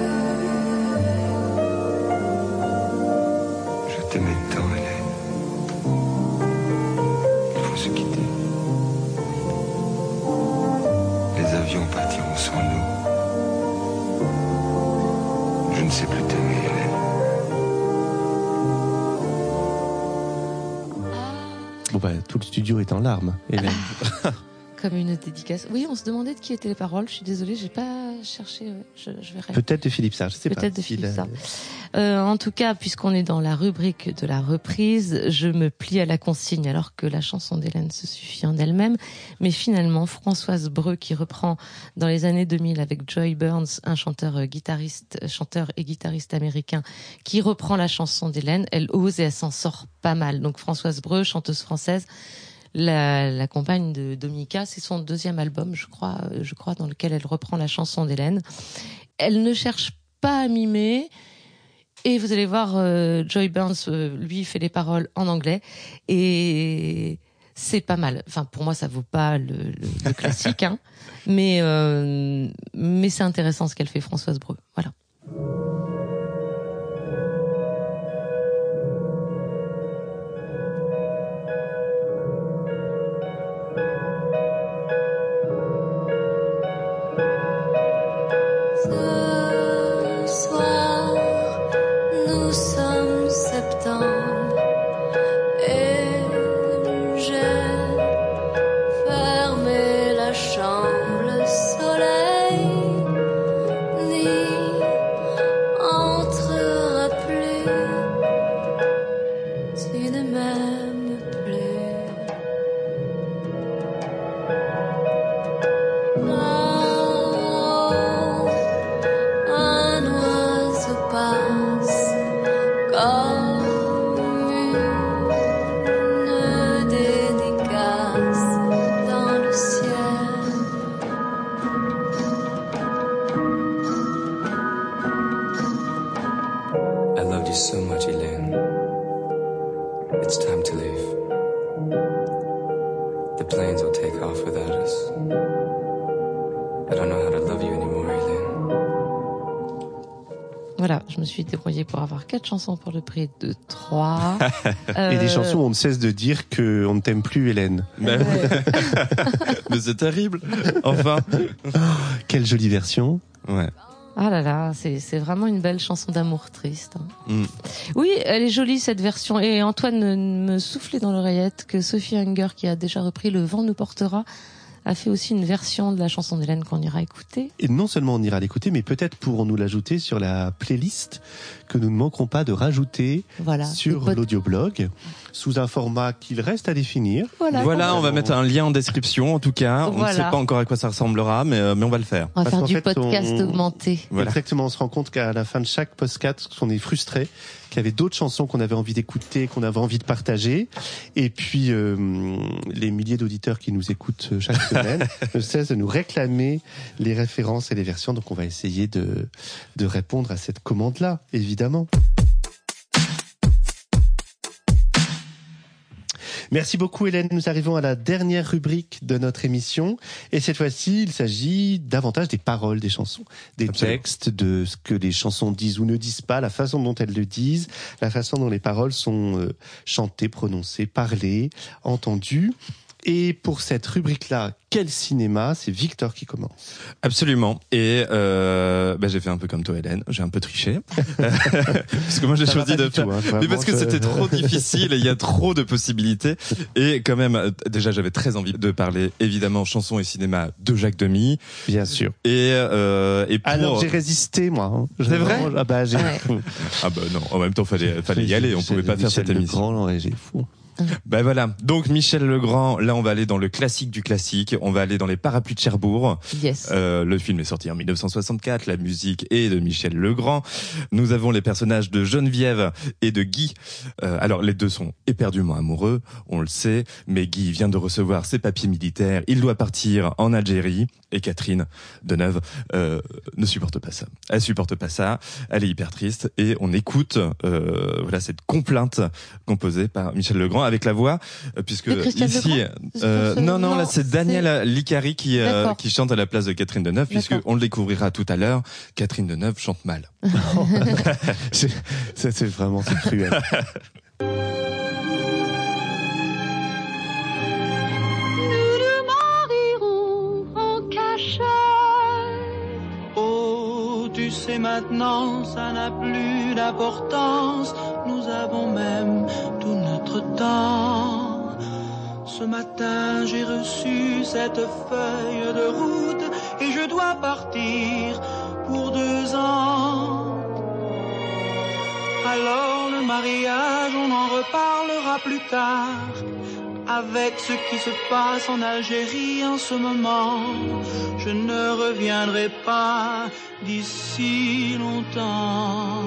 Je t'aimais tant, Hélène. Il faut se quitter. Les avions partiront sans nous. Je ne sais plus t'aimer, Hélène. Tout le studio est en larmes, Hélène. Comme une dédicace. Oui, on se demandait de qui étaient les paroles. Je suis désolée, j'ai pas cherché. Je verrai. Peut-être de Philippe Sarr, je sais pas. Peut-être de Philippe Sarr. En tout cas, puisqu'on est dans la rubrique de la reprise, je me plie à la consigne alors que la chanson d'Hélène se suffit en elle-même. Mais finalement, Françoise Breu, qui reprend dans les années 2000 avec Joy Burns, un chanteur et guitariste américain, qui reprend la chanson d'Hélène, elle ose et elle s'en sort pas mal. Donc Françoise Breu, chanteuse française, la compagne de Dominica, c'est son 2e album, je crois, dans lequel elle reprend la chanson d'Hélène. Elle ne cherche pas à mimer, et vous allez voir, Joy Burns, lui, fait les paroles en anglais, et c'est pas mal. Enfin, pour moi, ça vaut pas le classique, mais c'est intéressant ce qu'elle fait, Françoise Breu. Voilà. Ce soir, nous sommes septembre, et j'ai fermé la chambre, le soleil n'y entrera plus, tu ne m'aimes plus. Un oiseau passe comme une dédicace dans le ciel. I loved you so much, Hélène. It's time to leave. The planes will take off without us. I don't know how to love you anymore, Hélène. Voilà, je me suis débrouillée pour avoir 4 chansons pour le prix de 3. Et des chansons où on ne cesse de dire qu'on ne t'aime plus, Hélène. Mais c'est terrible. Enfin. Quelle jolie version. Ouais. Ah là là, c'est vraiment une belle chanson d'amour triste. Oui, elle est jolie cette version. Et Antoine me soufflait dans l'oreillette que Sophie Hunger, qui a déjà repris Le vent nous portera, a fait aussi une version de la chanson d'Hélène qu'on ira écouter. Et non seulement on ira l'écouter, mais peut-être pourrons-nous l'ajouter sur la playlist que nous ne manquerons pas de rajouter sur l'audioblog, sous un format qu'il reste à définir. Voilà, on va mettre un lien en description, en tout cas. On ne sait pas encore à quoi ça ressemblera, mais on va le faire. On va faire du podcast augmenté. Voilà. Exactement, on se rend compte qu'à la fin de chaque podcast, on est frustré, qu'il y avait d'autres chansons qu'on avait envie d'écouter, qu'on avait envie de partager. Et puis, les milliers d'auditeurs qui nous écoutent chaque semaine ne cessent de nous réclamer les références et les versions. Donc, on va essayer de répondre à cette commande-là, évidemment. Merci beaucoup Hélène, nous arrivons à la dernière rubrique de notre émission et cette fois-ci il s'agit davantage des paroles des chansons, des textes, de ce que les chansons disent ou ne disent pas, la façon dont elles le disent, la façon dont les paroles sont chantées, prononcées, parlées, entendues. Et pour cette rubrique-là, quel cinéma ? C'est Victor qui commence. Absolument. Et j'ai fait un peu comme toi, Hélène. J'ai un peu triché parce que moi j'ai choisi de faire. Mais parce que c'était trop difficile et il y a trop de possibilités. Et quand même, déjà j'avais très envie de parler évidemment chanson et cinéma de Jacques Demy. Bien sûr. Et pour... Alors j'ai résisté moi. C'est vrai ? Ah bah j'ai. Ah bah non. En même temps fallait y aller. On pouvait pas faire cette émission. J'ai fou. Ben voilà, donc Michel Legrand, là on va aller dans le classique du classique, on va aller dans les Parapluies de Cherbourg. Yes. Le film est sorti en 1964, la musique est de Michel Legrand. Nous avons les personnages de Geneviève et de Guy. Alors les deux sont éperdument amoureux, on le sait, mais Guy vient de recevoir ses papiers militaires, il doit partir en Algérie et Catherine Deneuve ne supporte pas ça. Elle supporte pas ça, elle est hyper triste et on écoute cette complainte composée par Michel Legrand avec la voix, puisque ici, là c'est Daniel Licari qui chante à la place de Catherine Deneuve, puisque on le découvrira tout à l'heure. Catherine Deneuve chante mal. c'est vraiment cruel. Nous nous marierons en cachette. Oh, tu sais maintenant, ça n'a plus d'importance. Nous avons même tout notre temps. Ce matin, j'ai reçu cette feuille de route et je dois partir pour 2 ans. Alors le mariage, on en reparlera plus tard. Avec ce qui se passe en Algérie en ce moment, je ne reviendrai pas d'ici longtemps.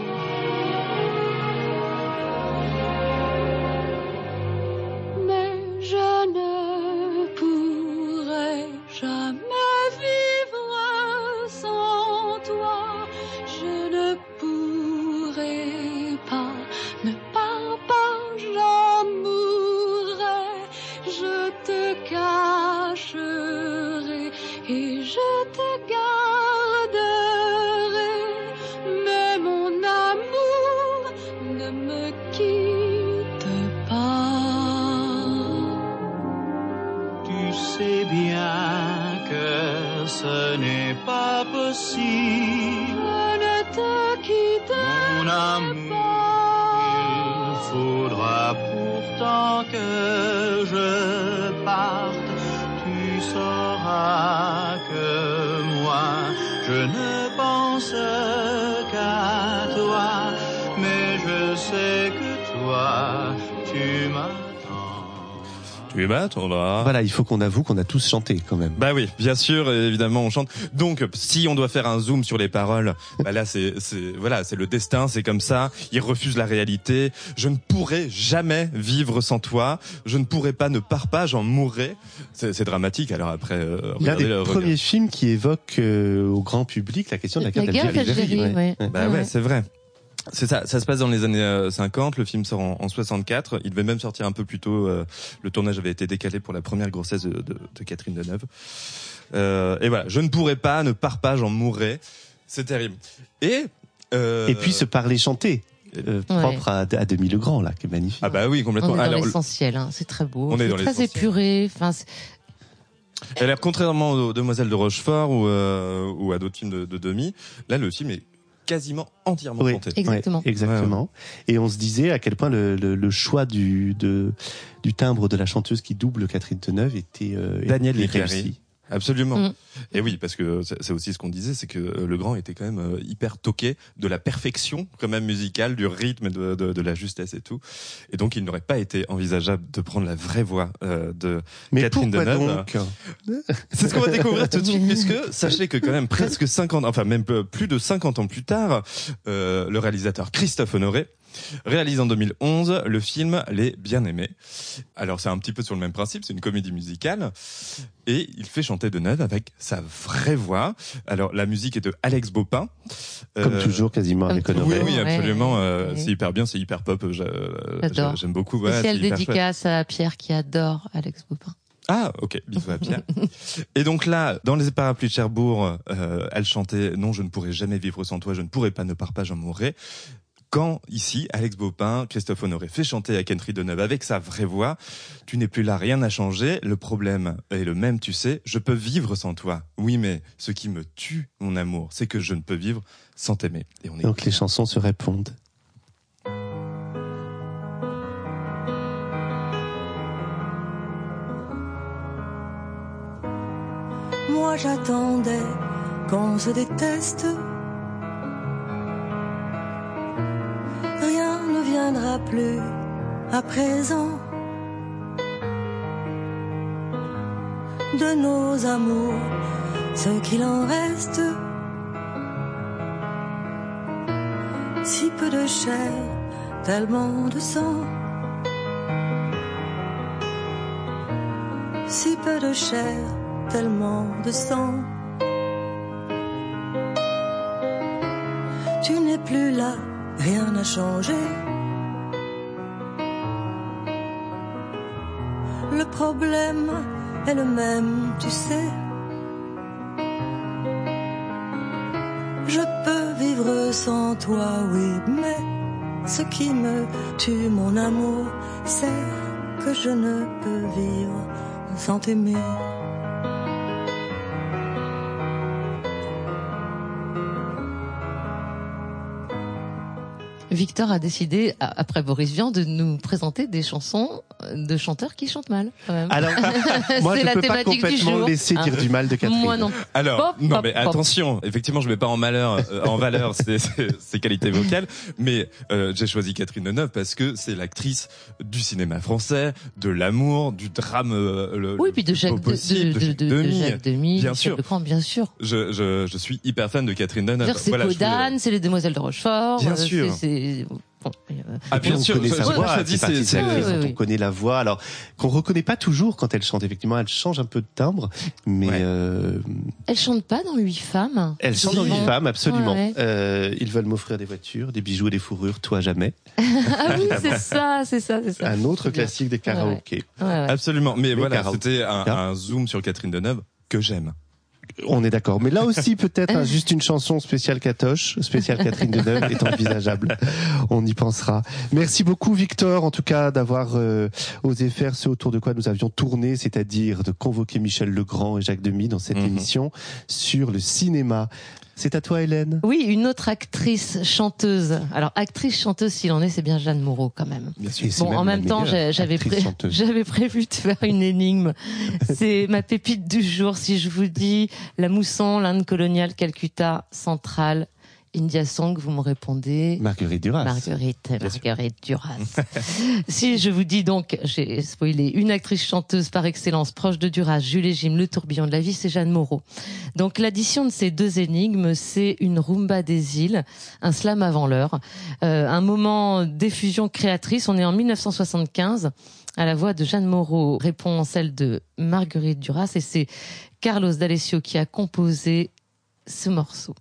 Je ne pourrai jamais vivre sans toi. Je ne pourrai pas, ne pars pas, j'en mourrai. Je te cacherai et je te garderai. Mais mon amour, ne me quitte pas. sais bien que ce n'est pas possible. Je ne te quitterai mon amour, il faudra pourtant que je parte. Tu sauras que moi, je ne pense qu'à toi. Mais je sais que toi, tu m'as... Voilà, il faut qu'on avoue qu'on a tous chanté quand même. Bah oui, bien sûr, évidemment on chante. Donc si on doit faire un zoom sur les paroles, bah là c'est le destin, c'est comme ça. Il refuse la réalité. Je ne pourrai jamais vivre sans toi. Je ne pourrai pas, ne pars pas, j'en mourrai. C'est dramatique. Alors après, l'un des premiers films qui évoque au grand public la question de la guerre d'Algérie. Ouais. Bah ouais, c'est vrai. C'est ça se passe dans les années 50, le film sort en 64, il devait même sortir un peu plus tôt, le tournage avait été décalé pour la première grossesse de Catherine Deneuve. Et voilà, je ne pourrai pas, ne pars pas, j'en mourrai. C'est terrible. Et puis se parler chanter. Propre à Demy Legrand là, qui est magnifique. Ah bah oui, complètement. On est dans l'essentiel, hein, c'est très beau, c'est très épuré. Enfin, contrairement aux Demoiselles de Rochefort ou à d'autres films de Demy, là le film est quasiment entièrement chanté. Exactement. Ouais, exactement. Ouais. Et on se disait à quel point le choix du timbre de la chanteuse qui double Catherine Deneuve était Daniel réussi. Absolument. Et oui, parce que c'est aussi ce qu'on disait, c'est que Legrand était quand même hyper toqué de la perfection quand même musicale, du rythme, de la justesse et tout. Et donc il n'aurait pas été envisageable de prendre la vraie voix de Catherine Deneuve. Donc c'est ce qu'on va découvrir tout de suite, puisque sachez que quand même presque 50, enfin même plus de 50 ans plus tard, le réalisateur Christophe Honoré réalise en 2011 le film Les Bien-Aimés. Alors c'est un petit peu sur le même principe, c'est une comédie musicale et il fait chanter Deneuve avec sa vraie voix. Alors la musique est de Alex Baupin. Comme toujours quasiment avec Honoré. Oui, absolument. C'est hyper bien, c'est hyper pop. J'adore. J'aime beaucoup. Spéciale dédicace à Pierre qui adore Alex Baupin. Ah, ok, bisous à Pierre. Et donc là, dans Les Parapluies de Cherbourg, elle chantait « Non, je ne pourrai jamais vivre sans toi, je ne pourrai pas, ne pars pas, j'en mourrai ». Quand, ici, Alex Baupin, Christophe Honoré fait chanter à Catherine Deneuve avec sa vraie voix, tu n'es plus là, rien n'a changé, le problème est le même, tu sais, je peux vivre sans toi. Oui, mais ce qui me tue, mon amour, c'est que je ne peux vivre sans t'aimer. Et on donc les chansons se répondent. Moi j'attendais qu'on se déteste. Rien ne viendra plus à présent de nos amours, ce qu'il en reste. Si peu de chair, tellement de sang. Si peu de chair, tellement de sang. Tu n'es plus là, rien n'a changé. Le problème est le même, tu sais. Je peux vivre sans toi, oui, mais ce qui me tue, mon amour, c'est que je ne peux vivre sans t'aimer. Victor a décidé, après Boris Vian, de nous présenter des chansons de chanteurs qui chantent mal, quand même. Alors, moi, je ne peux pas complètement laisser dire du mal de Catherine. Moi non. Alors, non, mais attention, effectivement, je mets pas en valeur ses qualités vocales, mais j'ai choisi Catherine Deneuve parce que c'est l'actrice du cinéma français, de l'amour, du drame, oui, puis de Jacques Demy, bien sûr. Bien sûr. Je suis hyper fan de Catherine Deneuve. C'est voilà, Podane, c'est les Demoiselles de Rochefort. Bien sûr. Bien sûr, on connaît sa voix, on connaît la voix, alors qu'on reconnaît pas toujours quand elle chante. Effectivement, elle change un peu de timbre, mais elle chante pas dans 8 femmes. Elle chante dans 8 femmes, absolument. Ouais. Ils veulent m'offrir des voitures, des bijoux et des fourrures, toi jamais. Ah oui, c'est ça. Un autre classique des karaokés. Ouais. Absolument. Mais voilà, c'était un zoom sur Catherine Deneuve que j'aime. On est d'accord. Mais là aussi, peut-être juste une chanson spéciale Catoche, spéciale Catherine Deneuve est envisageable. On y pensera. Merci beaucoup, Victor, en tout cas, d'avoir osé faire ce autour de quoi nous avions tourné, c'est-à-dire de convoquer Michel Legrand et Jacques Demy dans cette émission sur le cinéma. C'est à toi, Hélène. Oui, une autre actrice chanteuse. Alors, actrice chanteuse, s'il en est, c'est bien Jeanne Moreau, quand même. Bien sûr. Bon, en même temps, j'avais prévu de faire une énigme. C'est ma pépite du jour. Si je vous dis La Mousson, l'Inde coloniale, Calcutta, Centrale, India Song, vous me répondez Marguerite Duras. Marguerite Duras. Si je vous dis donc, j'ai spoilé, une actrice chanteuse par excellence, proche de Duras, Jules et Jim, le tourbillon de la vie, c'est Jeanne Moreau. Donc l'addition de ces deux énigmes, c'est une rumba des îles, un slam avant l'heure, un moment d'effusion créatrice. On est en 1975. À la voix de Jeanne Moreau répond celle de Marguerite Duras, et c'est Carlos D'Alessio qui a composé ce morceau.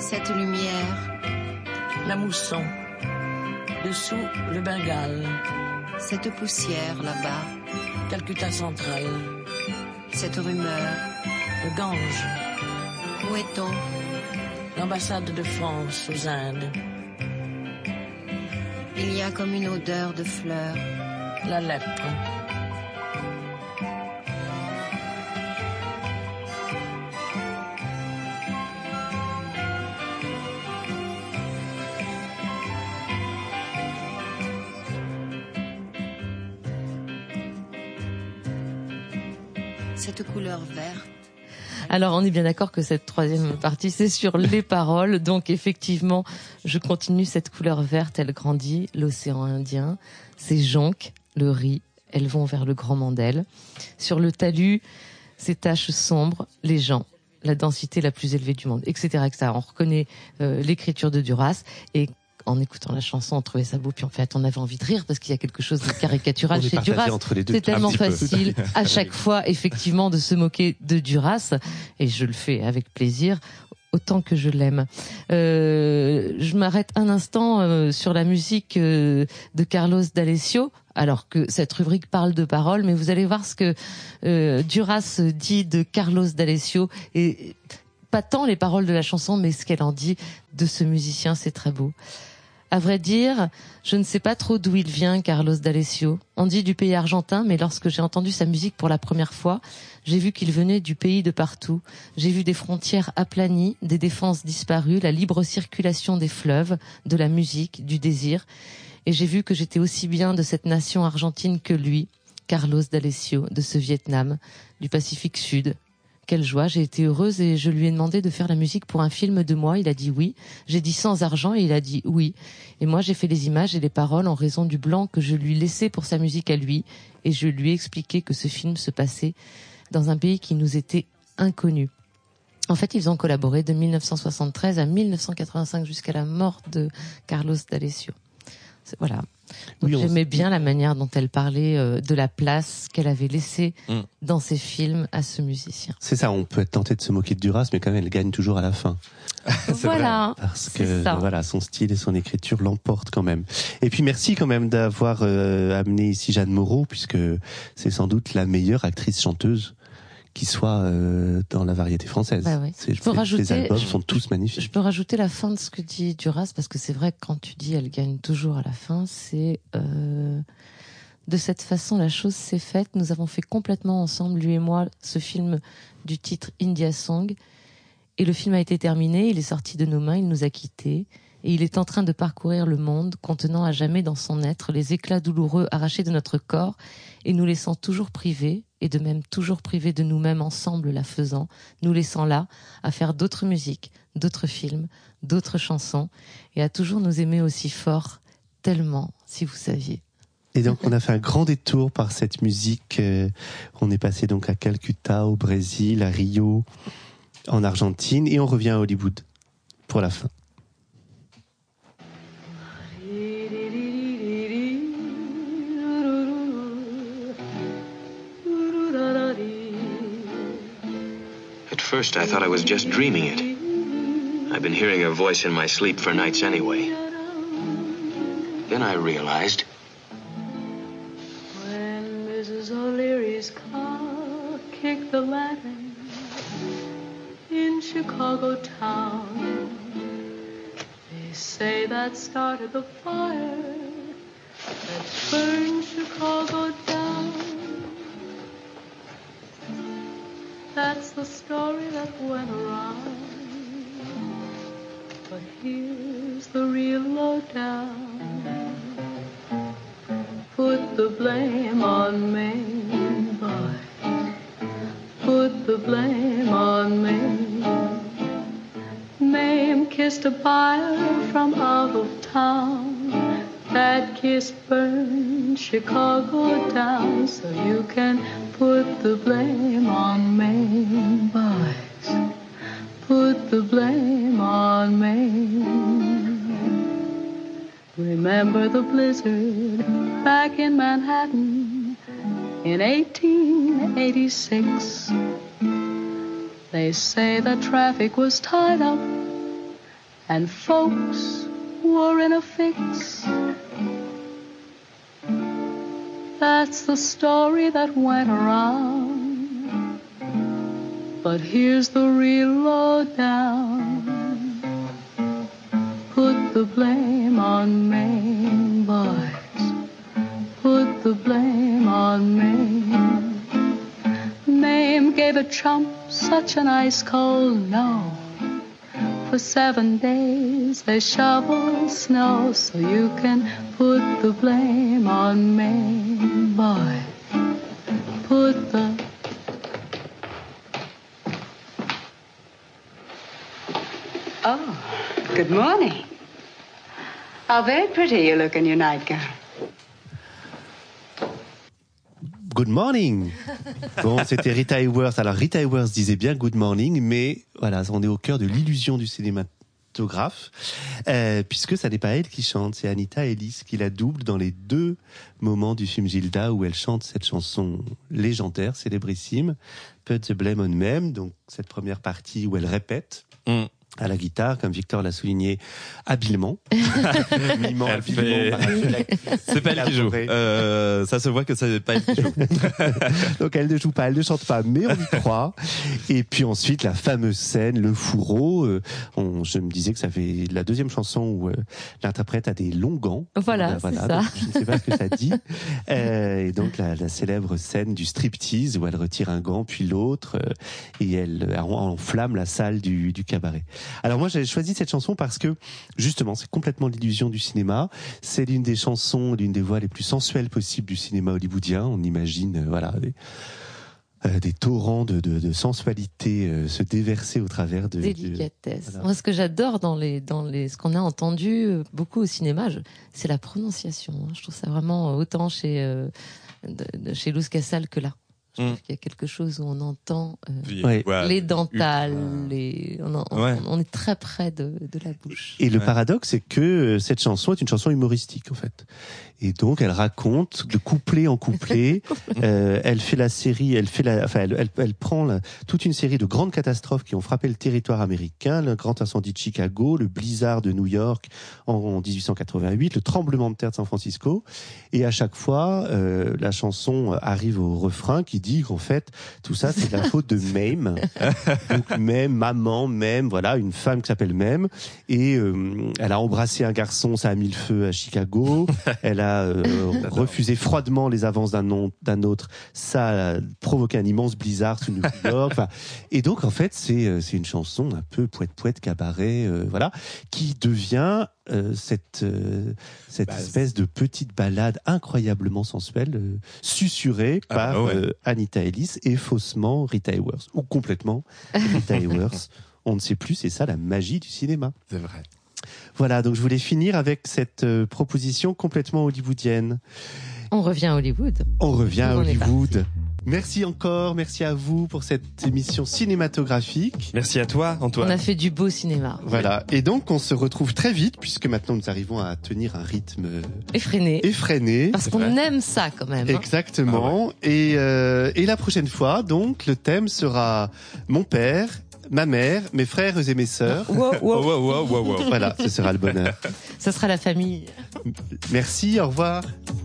Cette lumière. La mousson. Dessous, le Bengale. Cette poussière là-bas. Calcutta central. Cette rumeur. Le Gange. Où est-on? L'ambassade de France aux Indes. Il y a comme une odeur de fleurs. La lèpre. Cette couleur verte. Alors, on est bien d'accord que cette troisième partie, c'est sur les paroles. Donc, effectivement, je continue. Cette couleur verte, elle grandit. L'océan Indien, ces jonques, le riz, elles vont vers le Grand Mandel. Sur le talus, ces taches sombres, les gens, la densité la plus élevée du monde, etc., etc. On reconnaît l'écriture de Duras. Et en écoutant la chanson, on trouvait ça beau, puis en fait, on avait envie de rire parce qu'il y a quelque chose de caricatural chez Duras. C'est tellement facile à chaque fois, effectivement, de se moquer de Duras, et je le fais avec plaisir, autant que je l'aime. Je m'arrête un instant sur la musique de Carlos D'Alessio, alors que cette rubrique parle de paroles, mais vous allez voir ce que Duras dit de Carlos D'Alessio, et pas tant les paroles de la chanson, mais ce qu'elle en dit de ce musicien, c'est très beau. À vrai dire, je ne sais pas trop d'où il vient, Carlos D'Alessio. On dit du pays argentin, mais lorsque j'ai entendu sa musique pour la première fois, j'ai vu qu'il venait du pays de partout. J'ai vu des frontières aplanies, des défenses disparues, la libre circulation des fleuves, de la musique, du désir. Et j'ai vu que j'étais aussi bien de cette nation argentine que lui, Carlos D'Alessio, de ce Vietnam, du Pacifique Sud. Quelle joie, j'ai été heureuse et je lui ai demandé de faire la musique pour un film de moi. Il a dit oui. J'ai dit sans argent et il a dit oui. Et moi, j'ai fait les images et les paroles en raison du blanc que je lui laissais pour sa musique à lui. Et je lui ai expliqué que ce film se passait dans un pays qui nous était inconnu. En fait, ils ont collaboré de 1973 à 1985 jusqu'à la mort de Carlos D'Alessio. Voilà. Donc oui, j'aimais bien la manière dont elle parlait de la place qu'elle avait laissée dans ses films à ce musicien. C'est ça, on peut être tenté de se moquer de Duras, mais quand même elle gagne toujours à la fin. Voilà. Parce que voilà, son style et son écriture l'emportent quand même. Et puis merci quand même d'avoir amené ici Jeanne Moreau, puisque c'est sans doute la meilleure actrice chanteuse qui soit dans la variété française. Bah ouais. Les albums sont tous magnifiques. Je peux rajouter la fin de ce que dit Duras, parce que c'est vrai que quand tu dis elle gagne toujours à la fin, c'est de cette façon la chose s'est faite. Nous avons fait complètement ensemble, lui et moi, ce film du titre India Song, et le film a été terminé, il est sorti de nos mains, il nous a quittés, et il est en train de parcourir le monde, contenant à jamais dans son être les éclats douloureux arrachés de notre corps et nous laissant toujours privés, et de même toujours privés de nous-mêmes ensemble la faisant, nous laissant là à faire d'autres musiques, d'autres films, d'autres chansons, et à toujours nous aimer aussi fort, tellement, si vous saviez. Et donc on a fait un grand détour par cette musique, on est passé donc à Calcutta, au Brésil, à Rio, en Argentine, et on revient à Hollywood pour la fin. At first, I thought I was just dreaming it. I've been hearing her voice in my sleep for nights anyway. Then I realized... When Mrs. O'Leary's car kicked the lantern in Chicago town, they say that started the fire that burned Chicago down. That's the story that went around, but here's the real lowdown. Put the blame on me, boy. Put the blame on me. Mame kissed a buyer from out of town. That kiss burned Chicago down, so you can put the blame on me, boys. Put the blame on me. Remember the blizzard back in Manhattan in 1886. They say that traffic was tied up and folks were in a fix. That's the story that went around. But here's the real lowdown. Put the blame on Maine, boys. Put the blame on Maine. Maine gave a chump such an ice cold no. For 7 days they shovel snow, so you can put the blame on Maine, boy. Put the... Oh, good morning. How very pretty you look in your nightgown. Good morning. Bon, c'était Rita Hayworth. Alors Rita Hayworth disait bien good morning, mais voilà, on est au cœur de l'illusion du cinématographe, puisque ça n'est pas elle qui chante, c'est Anita Ellis qui la double dans les 2 moments du film Gilda où elle chante cette chanson légendaire, célébrissime, Put the Blame on Me, donc cette première partie où elle répète. À la guitare, comme Victor l'a souligné habilement. Mimant habilement. C'est pas elle qui joue. Ça se voit que c'est pas elle qui joue. Donc elle ne joue pas, elle ne chante pas, mais on y croit. Et puis ensuite, la fameuse scène, le fourreau. Je me disais que ça fait la 2e chanson où l'interprète a des longs gants. Voilà, c'est ça. Donc, je ne sais pas ce que ça dit. Et donc la célèbre scène du striptease où elle retire un gant puis l'autre et elle enflamme la salle du cabaret. Alors moi, j'ai choisi cette chanson parce que, justement, c'est complètement l'illusion du cinéma. C'est l'une des chansons, l'une des voix les plus sensuelles possibles du cinéma hollywoodien. On imagine, des torrents de sensualité se déverser au travers de... Délicatesse. Voilà. Moi, ce que j'adore dans ce qu'on a entendu beaucoup au cinéma, c'est la prononciation. Je trouve ça vraiment autant chez Luz Casal que là. Je trouve qu'il y a quelque chose où on entend les dentales, on est très près de la bouche. Et le paradoxe, c'est que cette chanson est une chanson humoristique, en fait. Et donc, elle raconte de couplet en couplet. Elle fait la série, elle prend toute une série de grandes catastrophes qui ont frappé le territoire américain, le grand incendie de Chicago, le blizzard de New York en 1888, le tremblement de terre de San Francisco. Et à chaque fois, la chanson arrive au refrain qui dit qu'en fait, tout ça, c'est de la faute de Mame. Donc, Mame, maman, Mame, voilà, une femme qui s'appelle Mame. Et elle a embrassé un garçon, ça a mis le feu à Chicago. Elle a refusé froidement les avances d'un autre, ça a provoqué un immense blizzard sur New York. Et donc en fait c'est une chanson un peu poète cabaret, voilà, qui devient cette espèce de petite ballade incroyablement sensuelle, susurrée par Anita Ellis et faussement Rita Hayworth, ou complètement Rita Hayworth. On ne sait plus, c'est ça la magie du cinéma. C'est vrai. Voilà, donc je voulais finir avec cette proposition complètement hollywoodienne. On revient à Hollywood. On revient à Hollywood. Merci encore, merci à vous pour cette émission cinématographique. Merci à toi, Antoine. On a fait du beau cinéma. Voilà, et donc on se retrouve très vite puisque maintenant nous arrivons à tenir un rythme effréné. Parce qu'on aime ça quand même. Exactement. Et la prochaine fois, donc, le thème sera mon père, ma mère, mes frères et mes sœurs. Wow. Voilà, ce sera le bonheur. Ça sera la famille. Merci, au revoir.